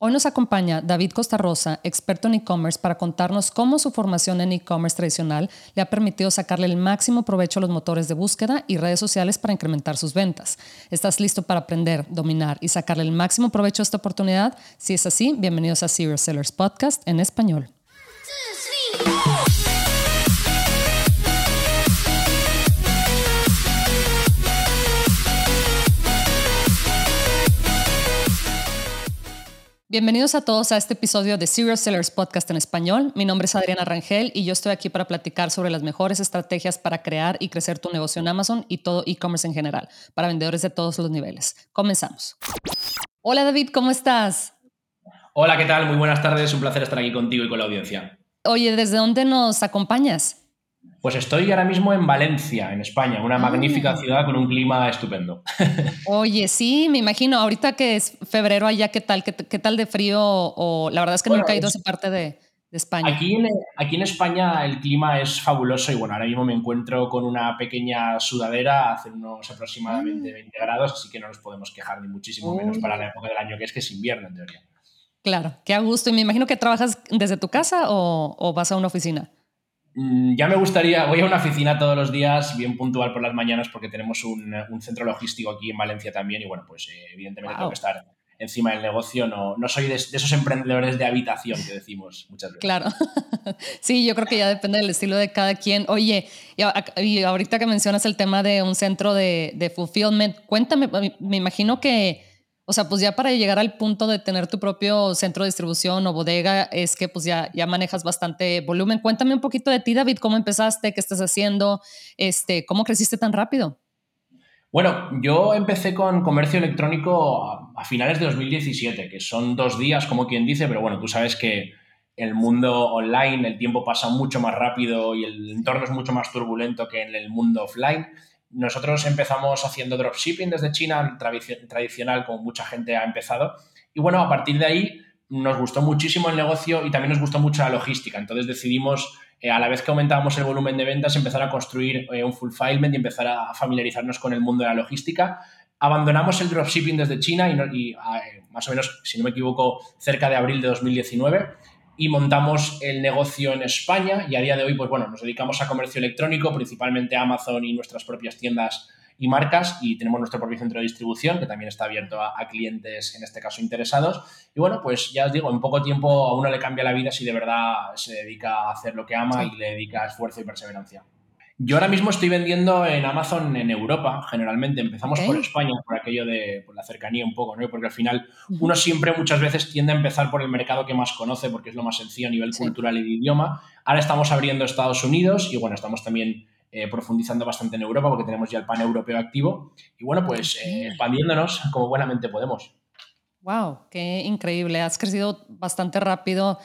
Hoy nos acompaña David Costa Rosa, experto en e-commerce, para contarnos cómo su formación en e-commerce tradicional le ha permitido sacarle el máximo provecho a los motores de búsqueda y redes sociales para incrementar sus ventas. ¿Estás listo para aprender, dominar y sacarle el máximo provecho a esta oportunidad? Si es así, bienvenidos a Serious Sellers Podcast en español. Bienvenidos a todos a este episodio de Serious Sellers Podcast en español. Mi nombre es Adriana Rangel y yo estoy aquí para platicar sobre las mejores estrategias para crear y crecer tu negocio en Amazon y todo e-commerce en general, para vendedores de todos los niveles. Comenzamos. Hola David, ¿cómo estás? Hola, ¿qué tal? Muy buenas tardes. Un placer estar aquí contigo y con la audiencia. Oye, ¿desde dónde nos acompañas? Pues estoy ahora mismo en Valencia, en España, una magnífica ciudad con un clima estupendo. Oye, sí, me imagino. Ahorita que es febrero allá, ¿qué tal? ¿Qué tal de frío? O la verdad es que Bueno, nunca he ido a esa parte de España. aquí en España el clima es fabuloso y bueno, ahora mismo me encuentro con una pequeña sudadera, hace unos aproximadamente Mm. 20 grados, así que no nos podemos quejar ni muchísimo menos para la época del año que es invierno en teoría. Claro, qué a gusto. Y me imagino que trabajas desde tu casa o vas a una oficina. Ya me gustaría, voy a una oficina todos los días, bien puntual por las mañanas, porque tenemos un centro logístico aquí en Valencia también y bueno, pues evidentemente tengo que Wow, estar encima del negocio, no soy de esos emprendedores de habitación que decimos muchas veces. claro. Sí, yo creo que ya depende del estilo de cada quien. Oye, y ahorita que mencionas el tema de un centro de fulfillment, cuéntame, me imagino que, o sea, pues ya para llegar al punto de tener tu propio centro de distribución o bodega, es que pues ya manejas bastante volumen. Cuéntame un poquito de ti, David, cómo empezaste, qué estás haciendo, cómo creciste tan rápido. Bueno, yo empecé con comercio electrónico a finales de 2017, que son 2 días, como quien dice, pero bueno, tú sabes que el mundo online, el tiempo pasa mucho más rápido y el entorno es mucho más turbulento que en el mundo offline. Nosotros empezamos haciendo dropshipping desde China, tradicional, como mucha gente ha empezado. Y bueno, a partir de ahí nos gustó muchísimo el negocio y también nos gustó mucho la logística. Entonces decidimos a la vez que aumentábamos el volumen de ventas, empezar a construir un fulfillment y empezar a familiarizarnos con el mundo de la logística. Abandonamos el dropshipping desde China más o menos, si no me equivoco, cerca de abril de 2019 y montamos el negocio en España y a día de hoy, pues bueno, nos dedicamos a comercio electrónico, principalmente Amazon y nuestras propias tiendas y marcas y tenemos nuestro propio centro de distribución que también está abierto a clientes, en este caso, interesados. Y bueno, pues ya os digo, en poco tiempo a uno le cambia la vida si de verdad se dedica a hacer lo que ama Sí. y le dedica esfuerzo y perseverancia. Yo ahora mismo estoy vendiendo en Amazon en Europa, generalmente. Ok. Empezamos por España, por aquello de por la cercanía un poco, ¿no? Porque al final Ujú. uno siempre muchas veces tiende a empezar por el mercado que más conoce porque es lo más sencillo a nivel Sí. cultural y de idioma. Ahora estamos abriendo Estados Unidos y bueno, estamos también profundizando bastante en Europa porque tenemos ya el pan europeo activo. Y bueno, pues Ok. expandiéndonos como buenamente podemos. Wow, qué increíble. Has crecido bastante rápido.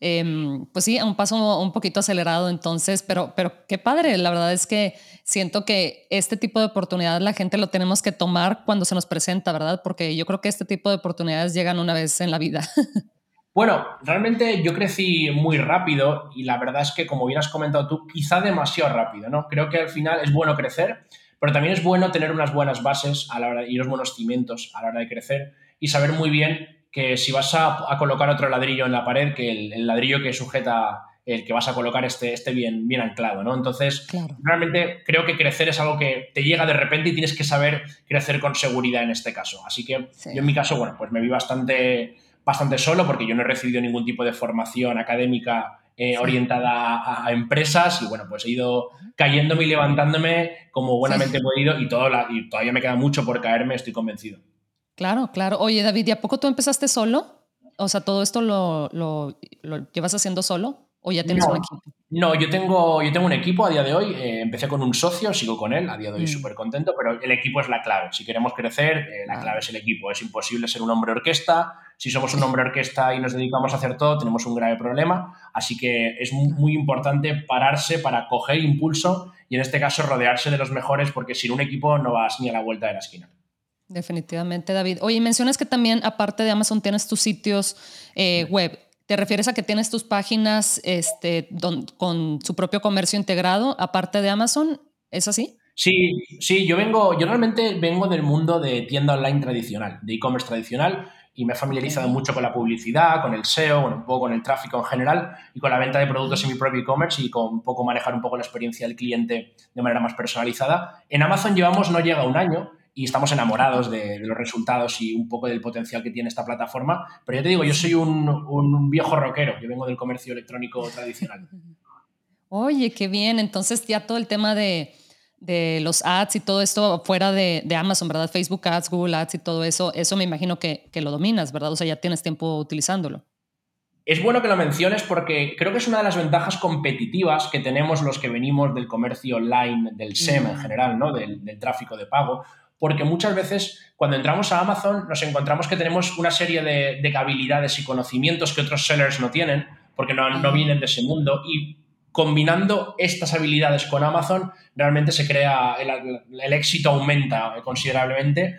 Pues sí, a un paso un poquito acelerado entonces, pero qué padre. La verdad es que siento que este tipo de oportunidades la gente lo tenemos que tomar cuando se nos presenta, ¿verdad? Porque yo creo que este tipo de oportunidades llegan una vez en la vida. Bueno, realmente yo crecí muy rápido y la verdad es que, como bien has comentado tú, quizá demasiado rápido, ¿no? Creo que al final es bueno crecer, pero también es bueno tener unas buenas bases a la hora, y unos buenos cimientos a la hora de crecer y saber muy bien que si vas a colocar otro ladrillo en la pared, que el ladrillo que sujeta el que vas a colocar esté bien anclado, ¿no? Entonces, Claro. realmente creo que crecer es algo que te llega de repente y tienes que saber crecer con seguridad en este caso. Así que Sí. yo en mi caso, bueno, pues me vi bastante solo porque yo no he recibido ningún tipo de formación académica Sí. orientada a empresas y bueno, pues he ido cayéndome y levantándome como buenamente he Sí. podido y todavía me queda mucho por caerme, estoy convencido. Claro, claro. Oye, David, ¿y a poco tú empezaste solo? O sea, ¿todo esto lo llevas haciendo solo o ya tienes un No, equipo? no, yo tengo un equipo a día de hoy. Empecé con un socio, sigo con él, a día de hoy Mm, súper contento, pero el equipo es la clave. Si queremos crecer, la clave claro. es el equipo. Es imposible ser un hombre orquesta. Si somos un Sí. hombre orquesta y nos dedicamos a hacer todo, tenemos un grave problema. Así que es Claro. muy importante pararse para coger impulso y en este caso rodearse de los mejores porque sin un equipo no vas ni a la vuelta de la esquina. Definitivamente, David. Oye, mencionas que también, aparte de Amazon, tienes tus sitios web. ¿Te refieres a que tienes tus páginas con su propio comercio integrado, aparte de Amazon? ¿Es así? Sí, sí, yo realmente vengo del mundo de tienda online tradicional, de e-commerce tradicional. y me he familiarizado mucho con la publicidad, con el SEO, bueno, un poco con el tráfico en general y con la venta de productos en mi propio e-commerce y con un poco manejar un poco la experiencia del cliente de manera más personalizada. En Amazon llevamos no llega a un año y estamos enamorados de los resultados y un poco del potencial que tiene esta plataforma. Pero yo te digo, yo soy un viejo rockero, yo vengo del comercio electrónico tradicional. Oye, qué bien. Entonces ya todo el tema de los ads y todo esto fuera de Amazon, ¿verdad? Facebook Ads, Google Ads y todo eso, eso me imagino que lo dominas, ¿verdad? O sea, ya tienes tiempo utilizándolo. Es bueno que lo menciones porque creo que es una de las ventajas competitivas que tenemos los que venimos del comercio online, del SEM en general, ¿no? Del tráfico de pago, porque muchas veces cuando entramos a Amazon nos encontramos que tenemos una serie de habilidades y conocimientos que otros sellers no tienen, porque no vienen de ese mundo, y combinando estas habilidades con Amazon realmente se crea, el éxito aumenta considerablemente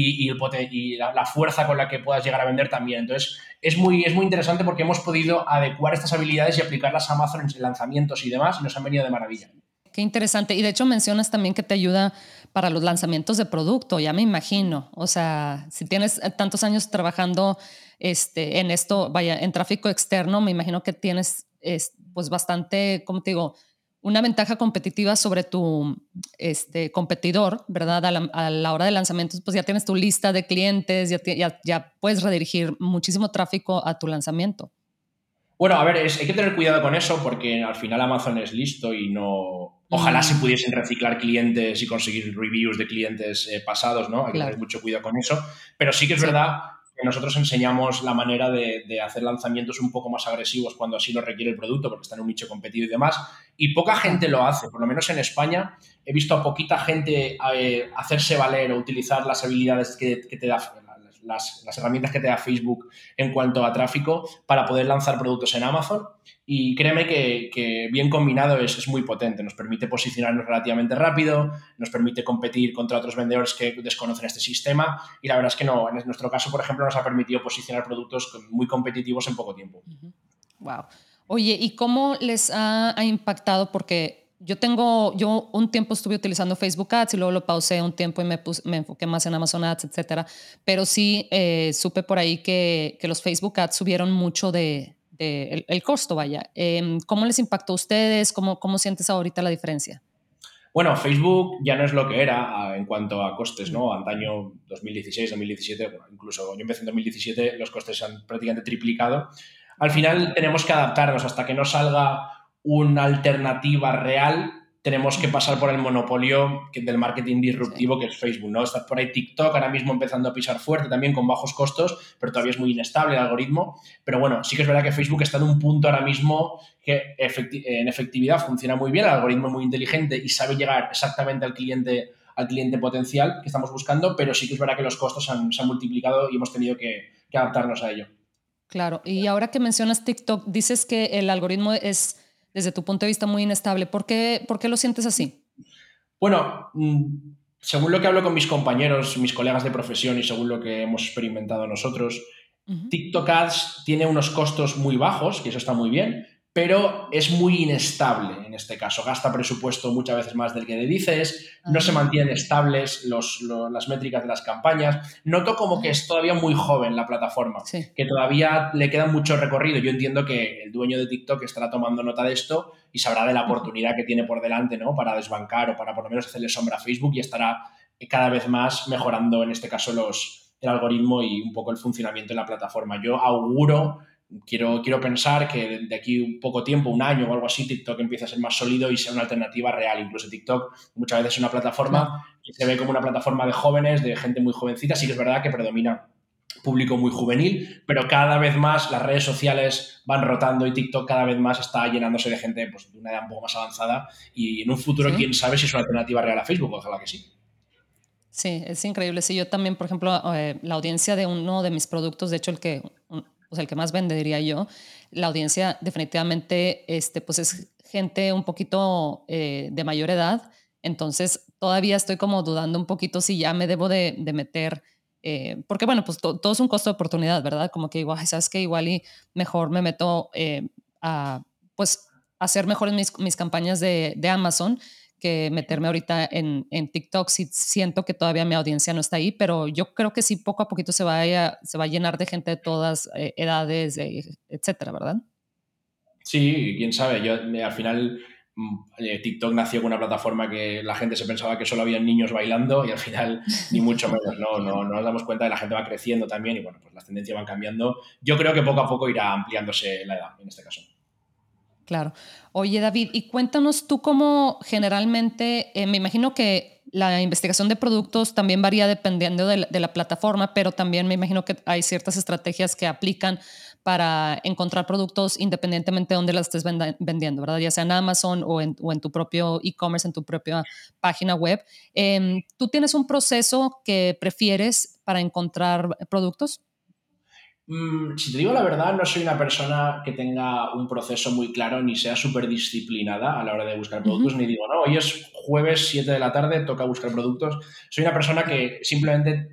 y la fuerza con la que puedas llegar a vender también. Entonces, es muy interesante porque hemos podido adecuar estas habilidades y aplicarlas a Amazon en lanzamientos y demás y nos han venido de maravilla. Qué interesante. Y de hecho mencionas también que te ayuda para los lanzamientos de producto, ya me imagino. O sea, si tienes tantos años trabajando en esto, vaya, en tráfico externo, me imagino que tienes pues bastante, ¿cómo te digo? Una ventaja competitiva sobre tu competidor, ¿verdad? A la hora de lanzamientos, pues ya tienes tu lista de clientes, ya puedes redirigir muchísimo tráfico a tu lanzamiento. Bueno, a ver, hay que tener cuidado con eso porque al final Amazon es listo y no... Ojalá se Mm, pudiesen reciclar clientes y conseguir reviews de clientes pasados, ¿no? Hay que tener claro, mucho cuidado con eso. Pero sí que es sí. verdad que nosotros enseñamos la manera de hacer lanzamientos un poco más agresivos cuando así lo requiere el producto porque está en un nicho competitivo y demás. Y poca gente Claro. lo hace, por lo menos en España. He visto a poquita gente hacerse valer o utilizar las habilidades que te da, las herramientas que te da Facebook en cuanto a tráfico para poder lanzar productos en Amazon. Y créeme que bien combinado es muy potente. Nos permite posicionarnos relativamente rápido, nos permite competir contra otros vendedores que desconocen este sistema y la verdad es que no. En nuestro caso, por ejemplo, nos ha permitido posicionar productos muy competitivos en poco tiempo. Wow. Oye, ¿y cómo les ha impactado? Porque yo un tiempo estuve utilizando Facebook Ads y luego lo pausé un tiempo y me enfoqué más en Amazon Ads, etcétera. Pero sí supe por ahí que los Facebook Ads subieron mucho el costo, vaya. ¿Cómo les impactó a ustedes? ¿Cómo sientes ahorita la diferencia? Bueno, Facebook ya no es lo que era en cuanto a costes, Mm, ¿no? Antaño 2016, 2017, bueno, incluso yo empecé en 2017, los costes se han prácticamente triplicado. Al final tenemos que adaptarnos hasta que no salga una alternativa real. Tenemos que ujú, pasar por el monopolio del marketing sí. disruptivo que es Facebook, ¿no? Está por ahí TikTok ahora mismo empezando a pisar fuerte también con bajos costos, pero todavía es muy inestable el algoritmo. Pero bueno, sí que es verdad que Facebook está en un punto ahora mismo que en efectividad funciona muy bien, el algoritmo es muy inteligente y sabe llegar exactamente al cliente potencial que estamos buscando, pero sí que es verdad que los costos se han multiplicado y hemos tenido que adaptarnos a ello. Claro. Y ahora que mencionas TikTok, dices que el algoritmo es, desde tu punto de vista, muy inestable. ¿Por qué lo sientes así? Bueno, según lo que hablo con mis compañeros, mis colegas de profesión y según lo que hemos experimentado nosotros, Ujú. TikTok Ads tiene unos costos muy bajos, que eso está muy bien, pero es muy inestable en este caso. Gasta presupuesto muchas veces más del que le dices, no se Ah, mantienen estables las métricas de las campañas. Noto como que ah, es todavía muy joven la plataforma, sí. que todavía le queda mucho recorrido. Yo entiendo que el dueño de TikTok estará tomando nota de esto y sabrá de la Ujú. oportunidad que tiene por delante, ¿no? Para desbancar o para por lo menos hacerle sombra a Facebook y estará cada vez más mejorando, en este caso, el algoritmo y un poco el funcionamiento de la plataforma. Yo auguro, quiero pensar que de aquí un poco tiempo, un año o algo así, TikTok empieza a ser más sólido y sea una alternativa real. Incluso TikTok muchas veces es una Claro. plataforma que se ve como una plataforma de jóvenes, de gente muy jovencita. Sí que es verdad que predomina público muy juvenil, pero cada vez más las redes sociales van rotando y TikTok cada vez más está llenándose de gente pues, de una edad un poco más avanzada y en un futuro quién Sí. sabe si es una alternativa real a Facebook, ojalá que sí. Sí, es increíble. Sí, yo también, por ejemplo, la audiencia de uno de mis productos, de hecho, pues el que más vende, diría yo, la audiencia definitivamente, pues es gente un poquito de mayor edad. Entonces, todavía estoy como dudando un poquito si ya me debo de meter, porque bueno, pues todo es un costo de oportunidad, ¿verdad? Como que igual, sabes que igual y mejor me meto a, pues, hacer mejores mis campañas de Amazon que meterme ahorita en TikTok. Sí, siento que todavía mi audiencia no está ahí, pero yo creo que sí, poco a poquito se va a llenar de gente de todas edades, etcétera, ¿verdad? Sí, quién sabe. Yo al final TikTok nació con una plataforma que la gente se pensaba que solo había niños bailando y al final ni mucho menos. No nos damos cuenta de que la gente va creciendo también y bueno, pues las tendencias van cambiando. Yo creo que poco a poco irá ampliándose la edad en este caso. Claro. Oye, David, y cuéntanos tú cómo generalmente, me imagino que la investigación de productos también varía dependiendo de la plataforma, pero también me imagino que hay ciertas estrategias que aplican para encontrar productos independientemente de dónde las estés vendiendo, ¿verdad? Ya sea en Amazon o en tu propio e-commerce, en tu propia página web. ¿Tú tienes un proceso que prefieres para encontrar productos? Si te digo la verdad, no soy una persona que tenga un proceso muy claro ni sea súper disciplinada a la hora de buscar Ujú. productos, ni digo, no, hoy es jueves 7 de la tarde, toca buscar productos. Soy una persona que simplemente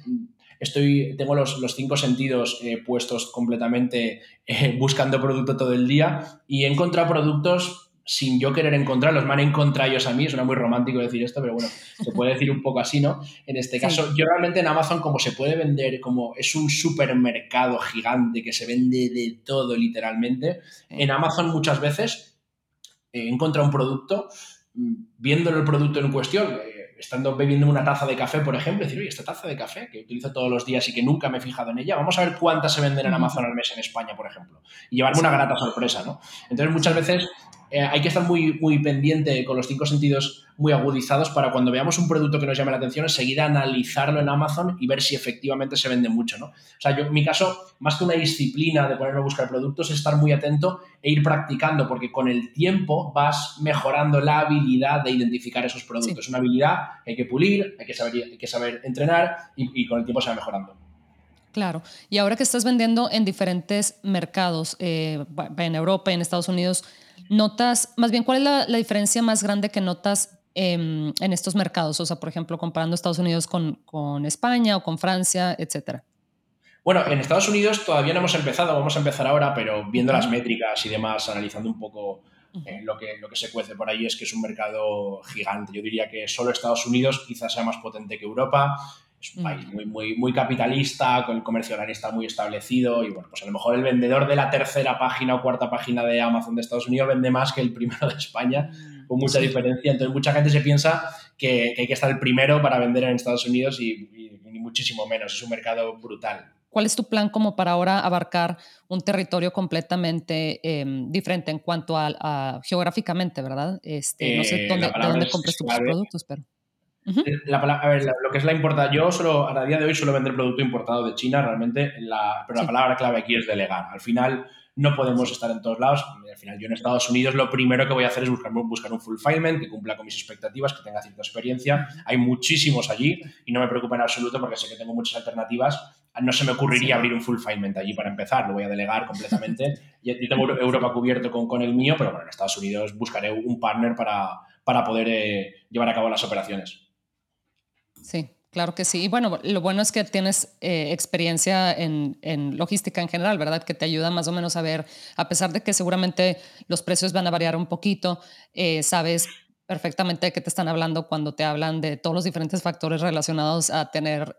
tengo los cinco sentidos puestos completamente buscando producto todo el día y he encontrado productos sin yo querer encontrarlos, me han encontrado ellos a mí, suena muy romántico decir esto, pero bueno, se puede decir un poco así, ¿no? En este Sí. caso, yo realmente en Amazon, como se puede vender, como es un supermercado gigante que se vende de todo literalmente, en Sí. Amazon muchas veces encuentra un producto, viéndolo el producto en cuestión, estando bebiendo una taza de café, por ejemplo, decir, oye, esta taza de café que utilizo todos los días y que nunca me he fijado en ella, vamos a ver cuántas se venden en Ujú. Amazon al mes en España, por ejemplo, y llevarme una Sí, grata sorpresa, ¿no? Entonces, muchas sí, veces hay que estar muy pendiente con los cinco sentidos muy agudizados para cuando veamos un producto que nos llame la atención, enseguida analizarlo en Amazon y ver si efectivamente se vende mucho, ¿no? O sea, yo, en mi caso, más que una disciplina de ponerme a buscar productos, es estar muy atento e ir practicando, porque con el tiempo vas mejorando la habilidad de identificar esos sí, productos. Es una habilidad que hay que pulir, hay que saber entrenar y con el tiempo se va mejorando. claro. Y ahora que estás vendiendo en diferentes mercados, en Europa, en Estados Unidos, notas, más bien, ¿cuál es la diferencia más grande que notas en estos mercados? O sea, por ejemplo, comparando Estados Unidos con España o con Francia, etcétera. Bueno, en Estados Unidos todavía no hemos empezado, vamos a empezar ahora, pero viendo Ok. las métricas y demás, analizando un poco Ujú. lo que se cuece por ahí, es que es un mercado gigante. Yo diría que solo Estados Unidos quizás sea más potente que Europa. Es un país Mm. muy capitalista, con el comercio online está muy establecido y bueno, pues a lo mejor el vendedor de la tercera página o cuarta página de Amazon de Estados Unidos vende más que el primero de España, Mm. con mucha Sí. diferencia. Entonces mucha gente se piensa que hay que estar el primero para vender en Estados Unidos y ni muchísimo menos. Es un mercado brutal. ¿Cuál es tu plan como para ahora abarcar un territorio completamente diferente en cuanto a geográficamente, ¿verdad? No sé La de palabra dónde es compres tus clave. productos, pero. Ujú. A ver, lo que es la importación, yo solo, a día de hoy suelo vender producto importado de China realmente, pero la Sí, palabra clave aquí es delegar. Al final no podemos sí. estar en todos lados. Al final yo en Estados Unidos lo primero que voy a hacer es buscar un fulfillment que cumpla con mis expectativas, que tenga cierta experiencia. Ujú. Hay muchísimos allí Sí, y no me preocupa en absoluto porque sé que tengo muchas alternativas. No se me ocurriría sí, abrir un fulfillment allí para empezar, lo voy a delegar completamente. Yo tengo sí, Europa cubierto con el mío, pero bueno, en Estados Unidos buscaré un partner para poder llevar a cabo las operaciones. sí, claro que sí. Y bueno, lo bueno es que tienes experiencia en logística en general, ¿verdad? Que te ayuda más o menos a ver, a pesar de que seguramente los precios van a variar un poquito, sabes perfectamente de qué te están hablando cuando te hablan de todos los diferentes factores relacionados a tener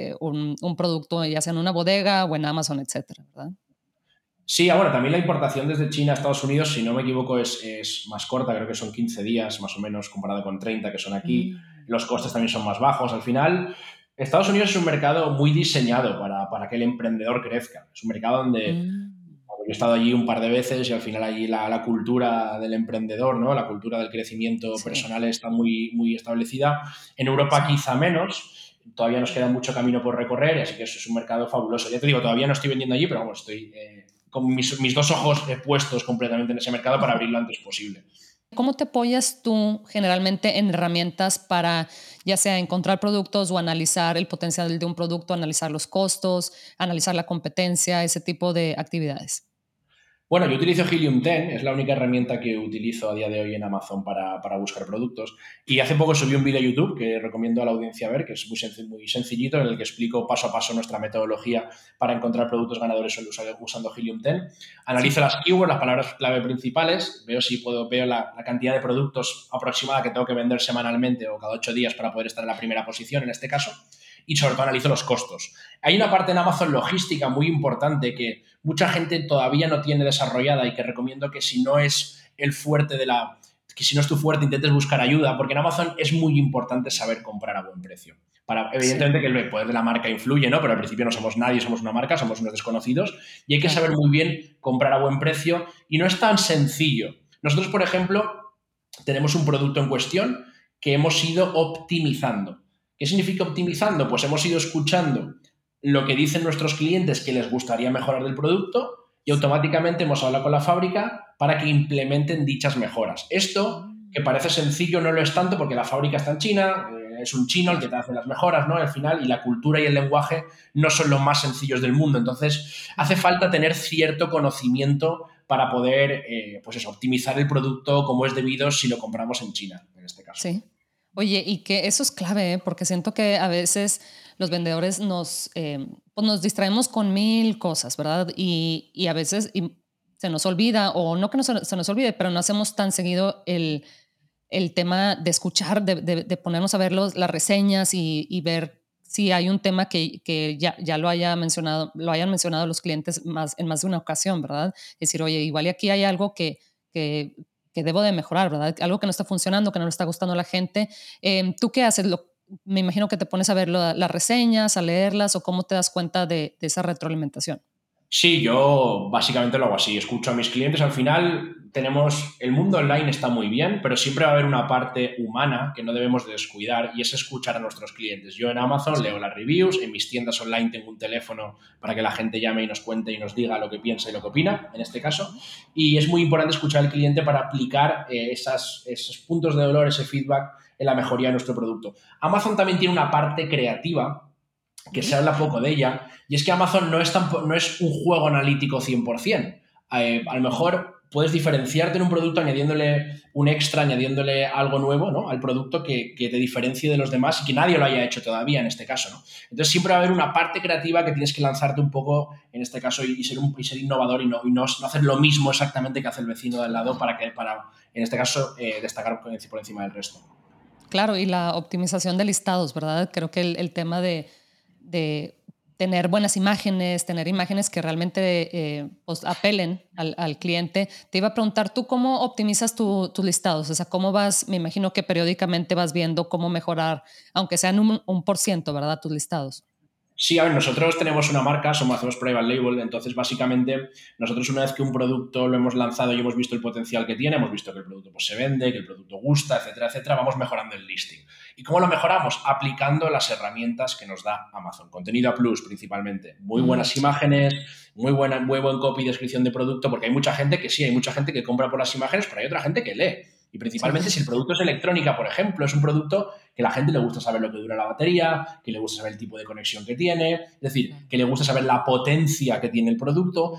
un producto, ya sea en una bodega o en Amazon, etcétera, ¿verdad? Sí, bueno, también la importación desde China a Estados Unidos, si no me equivoco, es más corta, creo que son 15 días más o menos comparado con 30 que son aquí. Mm. Los costes también son más bajos. Al final, Estados Unidos es un mercado muy diseñado para que el emprendedor crezca. Es un mercado donde Mm. bueno, yo he estado allí un par de veces y al final allí la cultura del emprendedor, ¿no? La cultura del crecimiento Sí, personal está muy establecida. En Europa sí. quizá menos, todavía nos queda Ujú. mucho camino por recorrer, así que eso es un mercado fabuloso. Ya te digo, todavía no estoy vendiendo allí, pero vamos, estoy con mis dos ojos puestos completamente en ese mercado para abrir lo antes posible. ¿Cómo te apoyas tú generalmente en herramientas para ya sea encontrar productos o analizar el potencial de un producto, analizar los costos, analizar la competencia, ese tipo de actividades? Bueno, yo utilizo Helium 10, es la única herramienta que utilizo a día de hoy en Amazon para buscar productos. Y hace poco subí un vídeo a YouTube que recomiendo a la audiencia ver, que es muy sencillito, en el que explico paso a paso nuestra metodología para encontrar productos ganadores usando Helium 10. Analizo Sí, las keywords, las palabras clave principales, veo la cantidad de productos aproximada que tengo que vender semanalmente o cada 8 días para poder estar en la primera posición, en este caso, y sobre todo analizo los costos. Hay una parte en Amazon logística muy importante que mucha gente todavía no tiene desarrollada y que recomiendo que si no es el fuerte que si no es tu fuerte intentes buscar ayuda, porque en Amazon es muy importante saber comprar a buen precio. sí, Evidentemente que el poder de la marca influye, ¿no? Pero al principio no somos nadie, somos una marca, somos unos desconocidos y hay que claro. saber muy bien comprar a buen precio y no es tan sencillo. Nosotros, por ejemplo, tenemos un producto en cuestión que hemos ido optimizando. ¿Qué significa optimizando? Pues hemos ido escuchando lo que dicen nuestros clientes que les gustaría mejorar del producto y Sí. automáticamente hemos hablado con la fábrica para que implementen dichas mejoras. Esto, que Mm. parece sencillo, no lo es tanto porque la fábrica está en China, es un chino el que Claro. te hace las mejoras, ¿no? Al final, y la cultura y el lenguaje no son los más sencillos del mundo. Entonces, hace Ujú. falta tener cierto conocimiento para poder, pues eso, optimizar el producto como es debido si lo compramos en China, en este caso. Sí. Oye, y que eso es clave, ¿eh? Porque siento que a veces los vendedores pues nos distraemos con mil cosas, ¿verdad? Y a veces se nos olvida, o no que no se nos olvide, pero no hacemos tan seguido el tema de escuchar, de ponernos a ver las reseñas y ver si hay un tema que ya lo hayan mencionado los clientes en más de una ocasión, ¿verdad? Es decir, oye, igual y aquí hay algo que, que debo de mejorar, ¿verdad? Algo que no está funcionando, que no le está gustando a la gente. ¿Tú qué haces? Me imagino que te pones a ver las reseñas, a leerlas, o cómo te das cuenta de esa retroalimentación. Sí, yo básicamente lo hago así. Escucho a mis clientes. Al final el mundo online está muy bien, pero siempre va a haber una parte humana que no debemos de descuidar y es escuchar a nuestros clientes. Yo en Amazon Sí. leo las reviews, en mis tiendas online tengo un teléfono para que la gente llame y nos cuente y nos diga lo que piensa y lo que opina, en este caso. Ujú. Y es muy importante escuchar al cliente para aplicar esos puntos de dolor, ese feedback en la mejoría de nuestro producto. Amazon también tiene una parte creativa que se Ujú. habla poco de ella, y es que Amazon no es un juego analítico 100%. A lo mejor puedes diferenciarte en un producto añadiéndole un extra, añadiéndole algo nuevo, ¿no? Al producto que te diferencie de los demás y que nadie lo haya hecho todavía en este caso, ¿no? Entonces siempre va a haber una parte creativa que tienes que lanzarte un poco en este caso y ser innovador y no hacer lo mismo exactamente que hace el vecino de al lado para en este caso, destacar por encima del resto. Claro, y la optimización de listados, ¿verdad? Creo que el tema de tener buenas imágenes, tener imágenes que realmente pues apelen al cliente. Te iba a preguntar, ¿tú cómo optimizas tus listados? O sea, ¿cómo vas? Me imagino que periódicamente vas viendo cómo mejorar, aunque sean un por ciento, ¿verdad? Tus listados. Sí, a ver, nosotros tenemos una marca, hacemos private label, entonces básicamente nosotros una vez que un producto lo hemos lanzado y hemos visto el potencial que tiene, hemos visto que el producto pues, se vende, que el producto gusta, etcétera, etcétera, vamos mejorando el listing. ¿Y cómo lo mejoramos? Aplicando las herramientas que nos da Amazon. Contenido a plus principalmente. Muy buenas Sí. imágenes, muy buen copy y descripción de producto, porque hay mucha gente que sí, hay mucha gente que compra por las imágenes, pero hay otra gente que lee. Y Sí. principalmente si el producto es electrónica, por ejemplo, es un producto que a la gente le gusta saber lo que dura la batería, que le gusta saber el tipo de conexión que tiene, es decir, Claro. que le gusta saber la potencia que tiene el producto.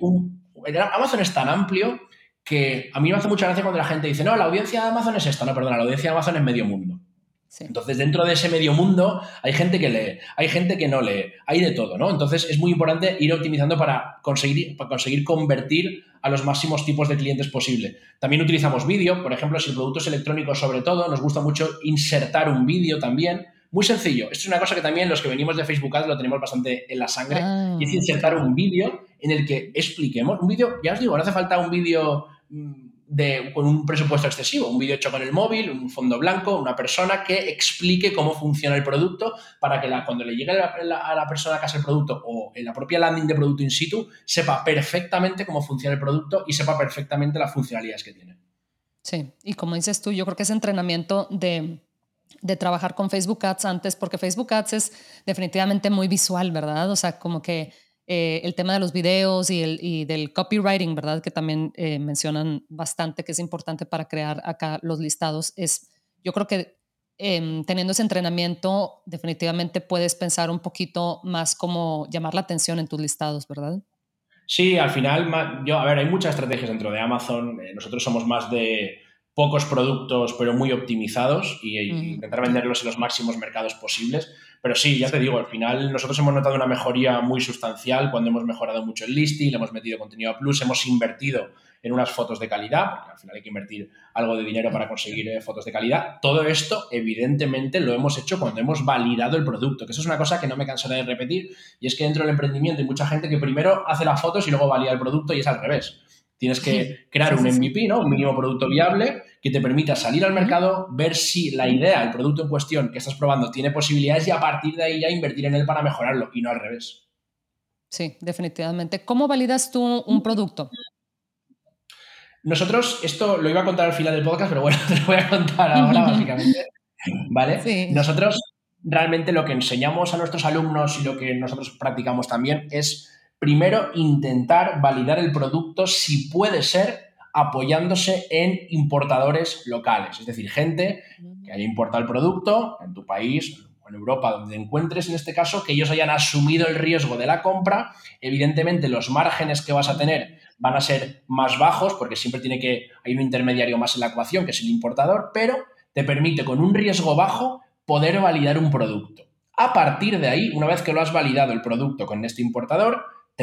Amazon es tan amplio que a mí me hace mucha gracia cuando la gente dice, no, la audiencia de Amazon es esta. No, perdona, la audiencia de Amazon es medio mundo. Sí. Entonces, dentro de ese medio mundo hay gente que lee, hay gente que no lee, hay de todo, ¿no? Entonces, es muy importante ir optimizando para conseguir convertir a los máximos tipos de clientes posible. También utilizamos vídeo, por ejemplo, si el producto es electrónico sobre todo, nos gusta mucho insertar un vídeo también. Muy sencillo. Esto es una cosa que también los que venimos de Facebook Ads lo tenemos bastante en la sangre, y es insertar Claro. un vídeo en el que expliquemos. Un vídeo, ya os digo, no hace falta un vídeo con un presupuesto excesivo, un vídeo hecho con el móvil, un fondo blanco, una persona que explique cómo funciona el producto para que cuando le llegue a la persona que hace el producto o en la propia landing de producto in situ, sepa perfectamente cómo funciona el producto y sepa perfectamente las funcionalidades que tiene. Sí, y como dices tú, yo creo que ese entrenamiento de trabajar con Facebook Ads antes, porque Facebook Ads es definitivamente muy visual, ¿verdad? O sea, como que el tema de los videos y del copywriting, ¿verdad? Que también mencionan bastante que es importante para crear acá los listados. Yo creo que teniendo ese entrenamiento, definitivamente puedes pensar un poquito más cómo llamar la atención en tus listados, ¿verdad? Sí, al final, a ver, hay muchas estrategias dentro de Amazon. Nosotros somos más de pocos productos, pero muy optimizados y intentar Ya, venderlos en los máximos mercados posibles. Pero sí, ya te sí. digo, al final nosotros hemos notado una mejoría muy sustancial cuando hemos mejorado mucho el listing, le hemos metido contenido a plus, hemos invertido en unas fotos de calidad, porque al final hay que invertir algo de dinero para conseguir fotos de calidad. Todo esto, evidentemente, lo hemos hecho cuando hemos validado el producto, que eso es una cosa que no me cansaré de repetir, y es que dentro del emprendimiento hay mucha gente que primero hace las fotos y luego valida el producto y es al revés. Tienes que crear Sí, un sí, sí. MVP, ¿no? Un mínimo producto viable que te permita salir al Ujú. mercado, ver si la idea, el producto en cuestión que estás probando tiene posibilidades y a partir de ahí ya invertir en él para mejorarlo y no al revés. Sí, definitivamente. ¿Cómo validas tú un producto? Nosotros, esto lo iba a contar al final del podcast, pero bueno, te lo voy a contar ahora básicamente, ¿vale? Sí. Nosotros realmente lo que enseñamos a nuestros alumnos y lo que nosotros practicamos también es primero intentar validar el producto si puede ser apoyándose en importadores locales, es decir, gente que haya importado el producto en tu país o en Europa, donde encuentres en este caso, que ellos hayan asumido el riesgo de la compra. Evidentemente, los márgenes que vas a tener van a ser más bajos porque siempre hay un intermediario más en la ecuación, que es el importador, pero te permite con un riesgo bajo poder validar un producto. A partir de ahí, una vez que lo has validado el producto con este importador,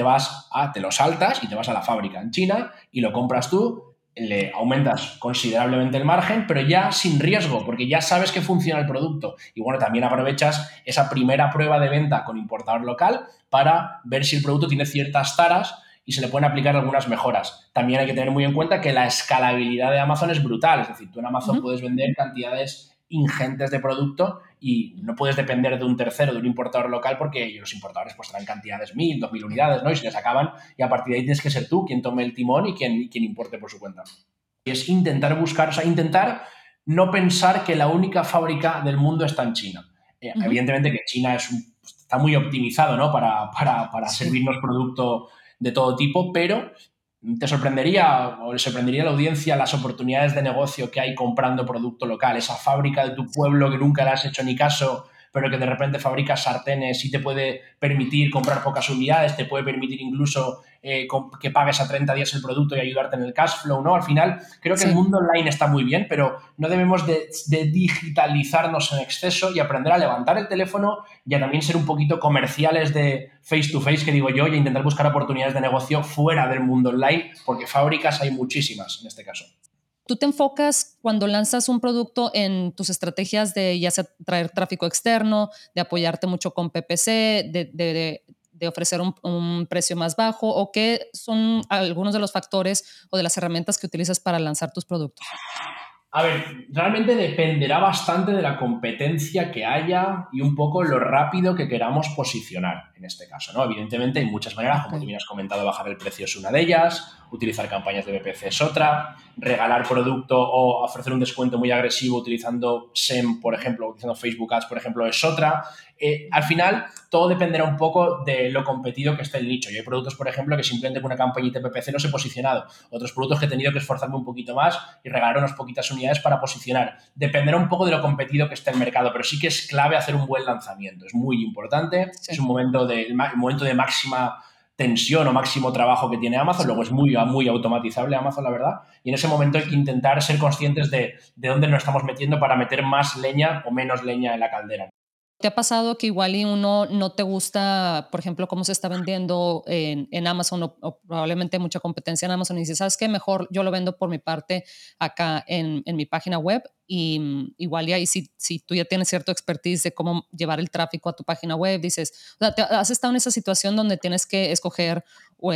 te lo saltas y te vas a la fábrica en China y lo compras tú, le aumentas considerablemente el margen, pero ya sin riesgo, porque ya sabes que funciona el producto. Y bueno, también aprovechas esa primera prueba de venta con importador local para ver si el producto tiene ciertas taras y se le pueden aplicar algunas mejoras. También hay que tener muy en cuenta que la escalabilidad de Amazon es brutal, es decir, tú en Amazon Ujú. puedes vender cantidades ingentes de producto y no puedes depender de un tercero, de un importador local, porque los importadores pues traen cantidades 1.000, 2.000 unidades, ¿no? Y se les acaban y a partir de ahí tienes que ser tú quien tome el timón y quien importe por su cuenta. Y es intentar buscar, o sea, intentar no pensar que la única fábrica del mundo está en China. Ujú. Evidentemente que China está muy optimizado, ¿no? Para Sí. servirnos producto de todo tipo, pero te sorprendería o le sorprendería a la audiencia las oportunidades de negocio que hay comprando producto local. Esa fábrica de tu Sí. pueblo que nunca le has hecho ni caso, pero que de repente fabrica sartenes y te puede permitir comprar pocas unidades, te puede permitir incluso que pagues a 30 días el producto y ayudarte en el cash flow, ¿no? Al final, creo que el Sí. mundo online está muy bien, pero no debemos de digitalizarnos en exceso y aprender a levantar el teléfono y a también ser un poquito comerciales de face to face, que digo yo, y a intentar buscar oportunidades de negocio fuera del mundo online, porque fábricas hay muchísimas en este caso. ¿Tú te enfocas cuando lanzas un producto en tus estrategias de ya sea traer tráfico externo, de apoyarte mucho con PPC, de ofrecer un precio más bajo o qué son algunos de los factores o de las herramientas que utilizas para lanzar tus productos? A ver, realmente dependerá bastante de la competencia que haya y un poco lo rápido que queramos posicionar en este caso, ¿no? Evidentemente hay muchas maneras, como tú Okay. bien has comentado, bajar el precio es una de ellas, utilizar campañas de BPC es otra, regalar producto o ofrecer un descuento muy agresivo utilizando SEM, por ejemplo, utilizando Facebook Ads, por ejemplo, es otra. Al final, todo dependerá un poco de lo competido que esté el nicho. Yo hay productos, por ejemplo, que simplemente con una campañita de PPC no se he posicionado. Otros productos que he tenido que esforzarme un poquito más y regalar unas poquitas unidades para posicionar. Dependerá un poco de lo competido que esté el mercado, pero sí que es clave hacer un buen lanzamiento. Es muy importante. Es Sí. un momento momento de máxima tensión o máximo trabajo que tiene Amazon, luego es muy automatizable Amazon, la verdad, y en ese momento hay que intentar ser conscientes de dónde nos estamos metiendo para meter más leña o menos leña en la caldera. ¿Te ha pasado que igual y uno no te gusta, por ejemplo, cómo se está vendiendo en Amazon o probablemente mucha competencia en Amazon y dices, ¿sabes qué? Mejor yo lo vendo por mi parte acá en mi página web y igual y ahí si tú ya tienes cierto expertise de cómo llevar el tráfico a tu página web, dices, o sea, ¿has estado en esa situación donde tienes que escoger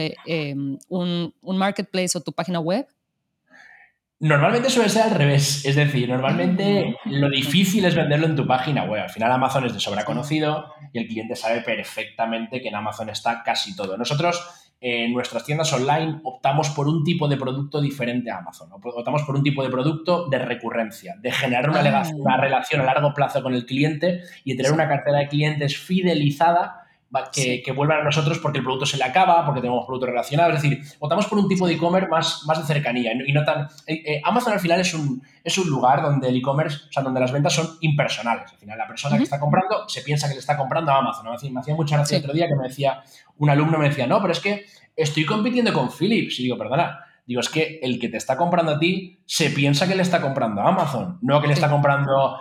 un marketplace o tu página web? Normalmente suele ser al revés, es decir, Mm, normalmente lo ok, difícil es venderlo en tu página web. Al final Amazon es de sobra sí. conocido y el cliente sabe perfectamente que en Amazon está casi todo. Nosotros en nuestras tiendas online optamos por un tipo de producto diferente a Amazon. Optamos por un tipo de producto de recurrencia, de generar Ah, una relación a largo plazo con el cliente y tener una sí. cartera de clientes fidelizada Sí. que vuelvan a nosotros porque el producto se le acaba, porque tenemos productos relacionados. Es decir, optamos por un tipo de e-commerce más de cercanía y no tan... Amazon al final es un lugar donde el e-commerce, o sea, donde las ventas son impersonales. Al final, la persona que Ujú. está comprando se piensa que le está comprando a Amazon, ¿no? Me hacía mucha gracia el Sí. otro día que me decía, un alumno me decía, no, pero es que estoy compitiendo con Philips. Y digo, perdona, digo, es que el que te está comprando a ti se piensa que le está comprando a Amazon, no que le está Sí. comprando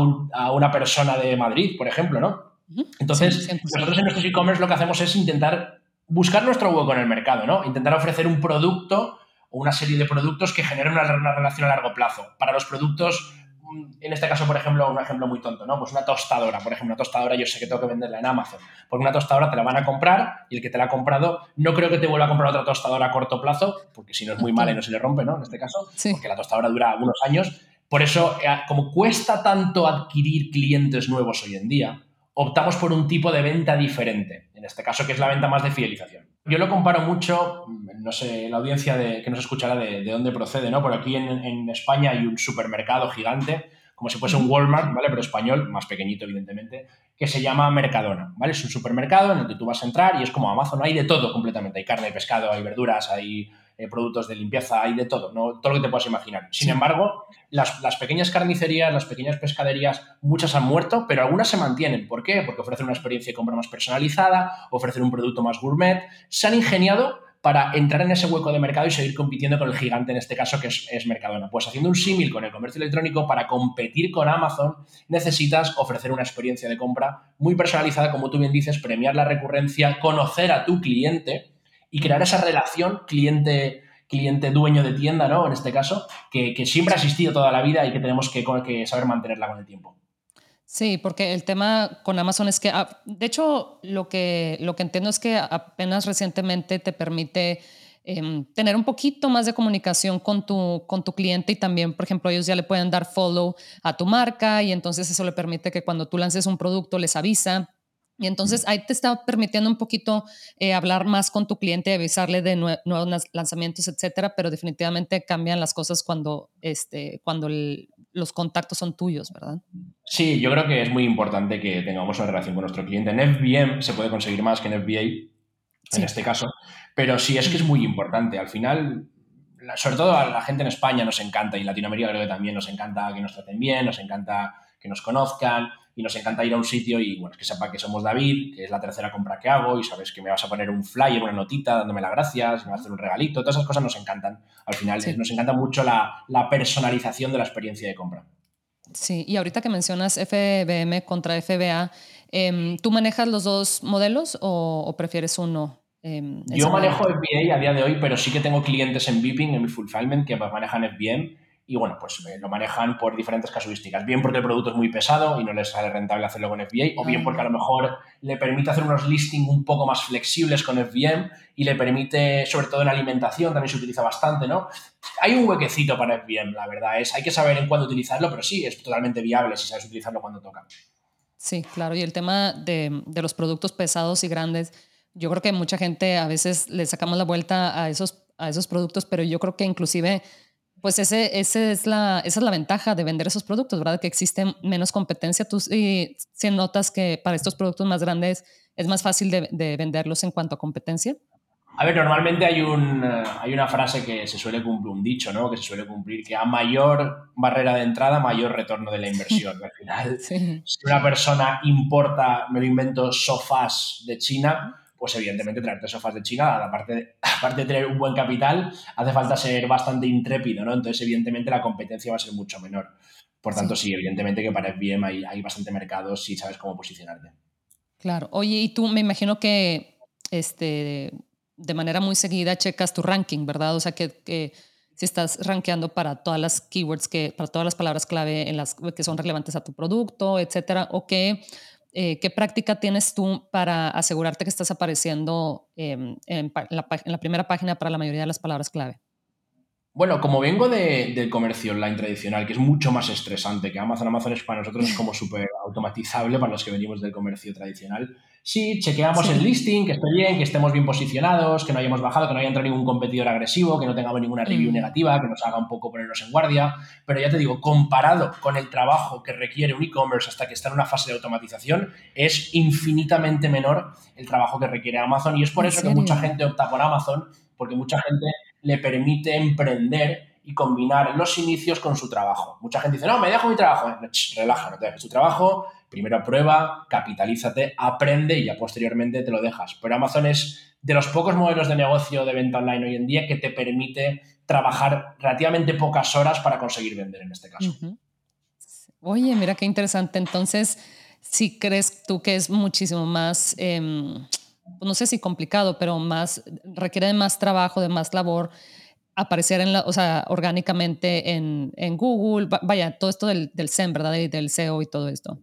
a una persona de Madrid, por ejemplo, ¿no? Ujú. Sí, Entonces, 100%. nosotros en nuestros e-commerce lo que hacemos es intentar buscar nuestro hueco en el mercado, ¿no? Intentar ofrecer un producto o una serie de productos que generen una relación a largo plazo. Para los productos, en este caso, por ejemplo, un ejemplo muy tonto, ¿no? Pues una tostadora, por ejemplo, una tostadora yo sé que tengo que venderla en Amazon, porque una tostadora te la van a comprar y el que te la ha comprado no creo que te vuelva a comprar otra tostadora a corto plazo, porque si no es muy mala y no Claro. se le rompe, ¿no? En este caso, Sí. porque la tostadora dura algunos años. Por eso, como cuesta tanto adquirir clientes nuevos hoy en día, optamos por un tipo de venta diferente, en este caso que es la venta más de fidelización. Yo lo comparo mucho, no sé, la audiencia que nos escuchará de dónde procede, ¿no? Por aquí en España hay un supermercado gigante, como si fuese un Ujú. Walmart, ¿vale? Pero español, más pequeñito, evidentemente, que se llama Mercadona, ¿vale? Es un supermercado en el que tú vas a entrar y es como Amazon, hay de todo completamente. Hay carne, hay pescado, hay verduras, hay productos de limpieza, hay de todo, ¿no? Todo lo que te puedas imaginar. Sin Sí. embargo, las pequeñas carnicerías, las pequeñas pescaderías, muchas han muerto, pero algunas se mantienen. ¿Por qué? Porque ofrecen una experiencia de compra más personalizada, ofrecen un producto más gourmet. Se han ingeniado para entrar en ese hueco de mercado y seguir compitiendo con el gigante, en este caso, que es Mercadona. Pues haciendo un símil con el comercio electrónico, para competir con Amazon, necesitas ofrecer una experiencia de compra muy personalizada, como tú bien dices, premiar la recurrencia, conocer a tu cliente y crear esa relación cliente dueño de tienda, ¿no? En este caso, que siempre ha Sí. existido toda la vida y que tenemos que saber mantenerla con el tiempo. Sí, porque el tema con Amazon es que, de hecho, lo que entiendo es que apenas recientemente te permite tener un poquito más de comunicación con tu cliente y también, por ejemplo, ellos ya le pueden dar follow a tu marca y entonces eso le permite que cuando tú lances un producto les avisa. Y entonces ahí te está permitiendo un poquito hablar más con tu cliente, avisarle de nuevos lanzamientos, etcétera, pero definitivamente cambian las cosas cuando los contactos son tuyos, ¿verdad? Sí, yo creo que es muy importante que tengamos una relación con nuestro cliente. En FBM se puede conseguir más que en FBA, en Sí. este caso, pero sí es que es Mm. muy importante. Al final, sobre todo a la gente en España nos encanta y en Latinoamérica creo que también nos encanta que nos traten bien, nos encanta que nos conozcan y nos encanta ir a un sitio y bueno, que sepa que somos David, que es la tercera compra que hago y sabes que me vas a poner un flyer, una notita dándome las gracias, me vas a hacer un regalito, todas esas cosas nos encantan. Al final Sí, nos encanta mucho la personalización de la experiencia de compra. sí. Y ahorita que mencionas FBM contra FBA, ¿tú manejas los dos modelos o prefieres uno en Yo manejo segmento? FBA a día de hoy, pero sí que tengo clientes en Beeping, en mi fulfillment, que manejan FBM y bueno, pues lo manejan por diferentes casuísticas. Bien porque el producto es muy pesado y no les sale rentable hacerlo con FBA, o bien porque a Ah, lo mejor le permite hacer unos listings un poco más flexibles con FBM y le permite, sobre todo en alimentación, también se utiliza bastante, ¿no? Hay un huequecito para FBM, la verdad es, hay que saber en cuándo utilizarlo, pero sí, es totalmente viable si sabes utilizarlo cuando toca. sí, claro. Y el tema de los productos pesados y grandes, yo creo que mucha gente a veces le sacamos la vuelta a esos productos, pero yo creo que inclusive pues esa es la ventaja de vender esos productos, ¿verdad? Que existe menos competencia. Tú sí notas que para estos productos más grandes es más fácil de venderlos en cuanto a competencia. A ver, normalmente hay una frase que se suele cumplir, un dicho, ¿no? Que se suele cumplir, que a mayor barrera de entrada, mayor retorno de la inversión. Al final, Sí, si una persona importa, me lo invento, sofás de China, pues evidentemente traerte sofás de China, aparte de tener un buen capital, hace falta ser bastante intrépido, ¿no? Entonces, evidentemente, la competencia va a ser mucho menor. Por tanto, sí, sí, evidentemente que para FBM hay bastante mercado si sabes cómo posicionarte. claro. Oye, y tú me imagino que de manera muy seguida checas tu ranking, ¿verdad? O sea, que si estás rankeando para todas las keywords, para todas las palabras clave que son relevantes a tu producto, etcétera, o qué práctica tienes tú para asegurarte que estás apareciendo en la primera página para la mayoría de las palabras clave. Bueno, como vengo del comercio online tradicional, que es mucho más estresante que Amazon, Amazon es para nosotros es como súper automatizable para los que venimos del comercio tradicional. Sí, chequeamos el Sí. listing, que esté bien, que estemos bien posicionados, que no hayamos bajado, que no haya entrado ningún competidor agresivo, que no tengamos ninguna review Mm, negativa, que nos haga un poco ponernos en guardia. Pero ya te digo, comparado con el trabajo que requiere un e-commerce hasta que está en una fase de automatización, es infinitamente menor el trabajo que requiere Amazon. Y es por ¿en eso que mucha serio? gente opta por Amazon, porque mucha gente le permite emprender y combinar los inicios con su trabajo. Mucha gente dice, no, me dejo mi trabajo. Relaja, no te dejes tu trabajo, primero prueba, capitalízate, aprende y ya posteriormente te lo dejas. Pero Amazon es de los pocos modelos de negocio de venta online hoy en día que te permite trabajar relativamente pocas horas para conseguir vender en este caso. Ujú. Oye, mira qué interesante. Entonces, si crees tú que es muchísimo más, pues no sé si complicado, pero más, requiere de más trabajo, de más labor, aparecer o sea, orgánicamente en Google, vaya, todo esto del SEM, ¿verdad? Y del SEO y todo esto.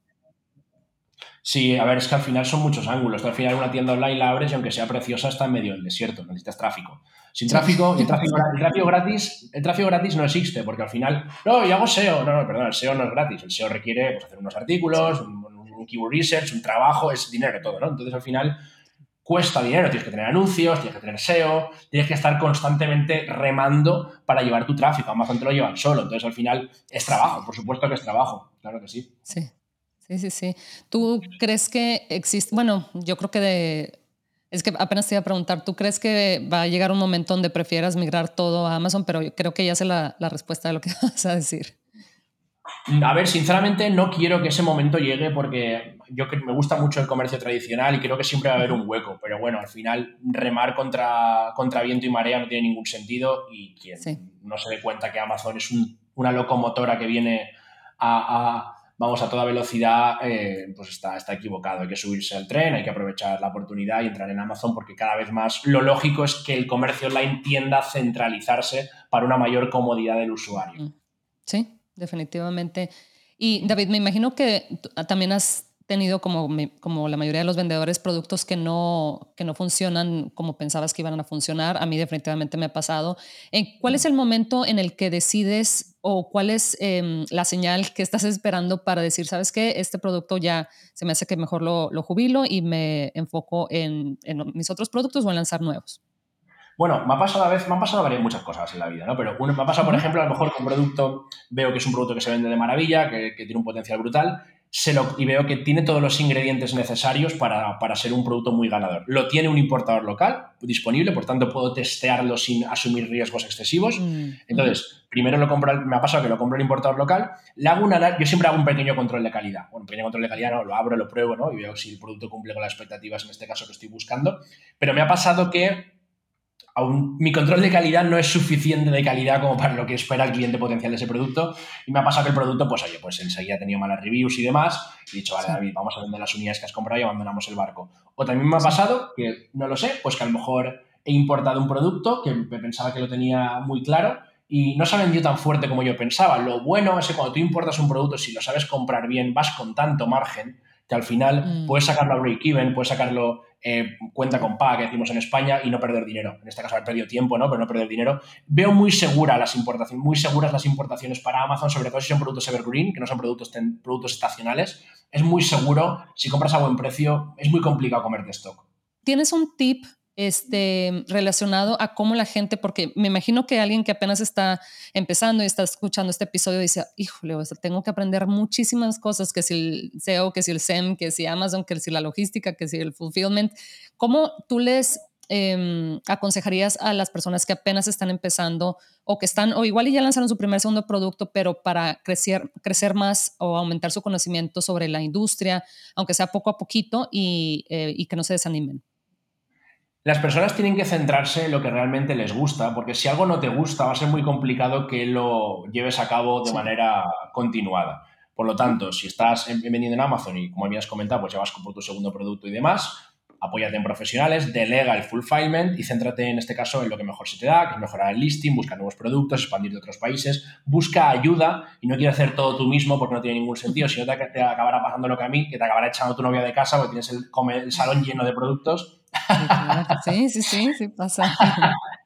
Sí, a ver, es que al final son muchos ángulos. Tú al final una tienda online la abres y aunque sea preciosa está en medio del desierto, necesitas tráfico. Sin Sí. tráfico, y Sí. el tráfico gratis no existe, porque al final, no, yo hago SEO. No, no, perdón, el SEO no es gratis. El SEO requiere pues, hacer unos artículos, Sí. un keyword research, un trabajo, es dinero todo, ¿no? Entonces al final cuesta dinero, tienes que tener anuncios, tienes que tener SEO, tienes que estar constantemente remando para llevar tu tráfico. Amazon te lo llevan solo, entonces al final es trabajo, Sí. por supuesto que es trabajo, claro que sí. Sí. Sí, sí, sí. ¿Tú crees que existe? Bueno, yo creo que es que apenas te iba a preguntar, ¿tú crees que va a llegar un momento donde prefieras migrar todo a Amazon? Pero yo creo que ya sé la respuesta de lo que vas a decir. A ver, sinceramente no quiero que ese momento llegue porque me gusta mucho el comercio tradicional y creo que siempre va a haber Ujú. un hueco, pero bueno, al final remar contra viento y marea no tiene ningún sentido y quien Sí. no se dé cuenta que Amazon es una locomotora que viene vamos, a toda velocidad, pues está equivocado. Hay que subirse al tren, hay que aprovechar la oportunidad y entrar en Amazon porque cada vez más lo lógico es que el comercio online tienda a centralizarse para una mayor comodidad del usuario. Mm. Sí, definitivamente. Y David, me imagino que también has tenido como, como la mayoría de los vendedores productos que no funcionan como pensabas que iban a funcionar. A mí definitivamente me ha pasado. ¿Cuál es el momento en el que decides o cuál es la señal que estás esperando para decir, sabes qué, este producto ya se me hace que mejor lo jubilo y me enfoco en mis otros productos o en lanzar nuevos? Bueno, me han pasado muchas cosas en la vida, ¿no? Pero me ha pasado, por Ujú. ejemplo, a lo mejor que un producto, veo que es un producto que se vende de maravilla, que tiene un potencial brutal, y veo que tiene todos los ingredientes necesarios para ser un producto muy ganador. Lo tiene un importador local disponible, por tanto puedo testearlo sin asumir riesgos excesivos. Mm, ujú. Entonces, primero lo compro, me ha pasado que lo compro al importador local, yo siempre hago un pequeño control de calidad. Bueno, un pequeño control de calidad, ¿no? Lo abro, lo pruebo, ¿no? Y veo si el producto cumple con las expectativas, en este caso, que estoy buscando. Pero me ha pasado que aún mi control de calidad no es suficiente de calidad como para lo que espera el cliente potencial de ese producto. Y me ha pasado que el producto, pues oye, pues enseguida ha tenido malas reviews y demás. Y he dicho, vale, Sí, David, vamos a vender las unidades que has comprado y abandonamos el barco. O también me ha sí. pasado que, no lo sé, pues que a lo mejor he importado un producto que me pensaba que lo tenía muy claro y no se ha vendido tan fuerte como yo pensaba. Lo bueno es que cuando tú importas un producto, si lo sabes comprar bien, vas con tanto margen que al final Mm, puedes sacarlo a break-even, puedes sacarlo cuenta con paga, que decimos en España, y no perder dinero. En este caso, haber perdido tiempo, ¿no? Pero no perder dinero. Veo muy seguras las importaciones para Amazon, sobre todo si son productos evergreen, que no son productos estacionales. Es muy seguro, si compras a buen precio, es muy complicado comerte stock. ¿Tienes un tip relacionado a cómo la gente, porque me imagino que alguien que apenas está empezando y está escuchando este episodio dice, híjole, o sea, tengo que aprender muchísimas cosas, que si el SEO, que si el SEM, que si Amazon, que si la logística, que si el fulfillment. ¿Cómo tú les aconsejarías a las personas que apenas están empezando o que están, o igual y ya lanzaron su primer, segundo producto, pero para crecer más o aumentar su conocimiento sobre la industria, aunque sea poco a poquito y que no se desanimen? Las personas tienen que centrarse en lo que realmente les gusta, porque si algo no te gusta, va a ser muy complicado que lo lleves a cabo de Sí. manera continuada. Por lo Ujú. tanto, si estás vendiendo en Amazon y, como habías comentado, pues ya vas por tu segundo producto y demás, apóyate en profesionales, delega el fulfillment y céntrate en este caso en lo que mejor se te da, que es mejorar el listing, buscar nuevos productos, expandir de otros países, busca ayuda y no quieres hacer todo tú mismo porque no tiene ningún sentido, si no te acabará pasando lo que a mí, que te acabará echando tu novia de casa porque tienes el salón lleno de productos. Sí, claro. Sí, sí, sí, sí pasa.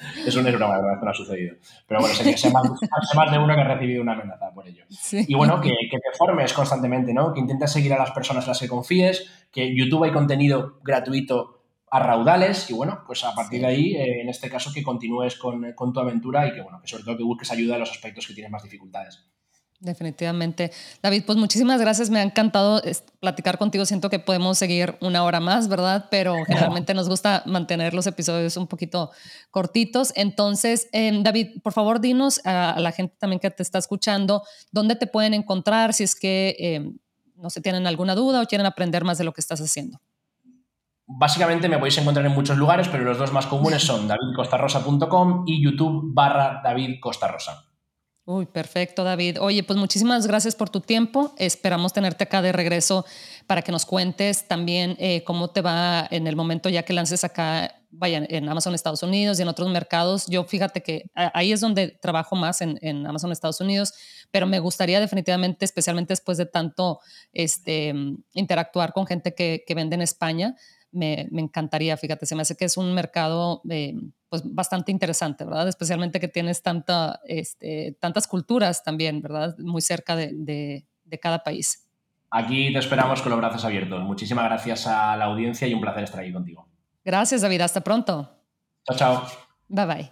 Es broma, la verdad, esto no ha sucedido. Pero bueno, sé más de uno que ha recibido una amenaza por ello. Sí. Y bueno, que te formes constantemente, ¿no? Que intentes seguir a las personas en las que confíes, que en YouTube hay contenido gratuito a raudales y bueno, pues a partir de Sí. ahí, en este caso, que continúes con tu aventura y que bueno, que sobre todo que busques ayuda en los aspectos que tienes más dificultades. Definitivamente. David, pues muchísimas gracias. Me ha encantado platicar contigo. Siento que podemos seguir una hora más, ¿verdad? Pero generalmente nos gusta mantener los episodios un poquito cortitos. Entonces, David, por favor, dinos a la gente también que te está escuchando, dónde te pueden encontrar si es que, no sé, tienen alguna duda o quieren aprender más de lo que estás haciendo. Básicamente me podéis encontrar en muchos lugares, pero los dos más comunes son davidcostarrosa.com y YouTube/David Costa Rosa. Uy, perfecto, David. Oye, pues muchísimas gracias por tu tiempo. Esperamos tenerte acá de regreso para que nos cuentes también cómo te va en el momento ya que lances acá, vaya, en Amazon Estados Unidos y en otros mercados. Yo fíjate que ahí es donde trabajo más en Amazon Estados Unidos, pero me gustaría definitivamente, especialmente después de tanto interactuar con gente que vende en España, me encantaría, fíjate, se me hace que es un mercado pues bastante interesante, ¿verdad? Especialmente que tienes tantas culturas también, ¿verdad? Muy cerca de cada país. Aquí te esperamos con los brazos abiertos. Muchísimas gracias a la audiencia y un placer estar aquí contigo. Gracias, David. Hasta pronto. Chao, chao. Bye bye.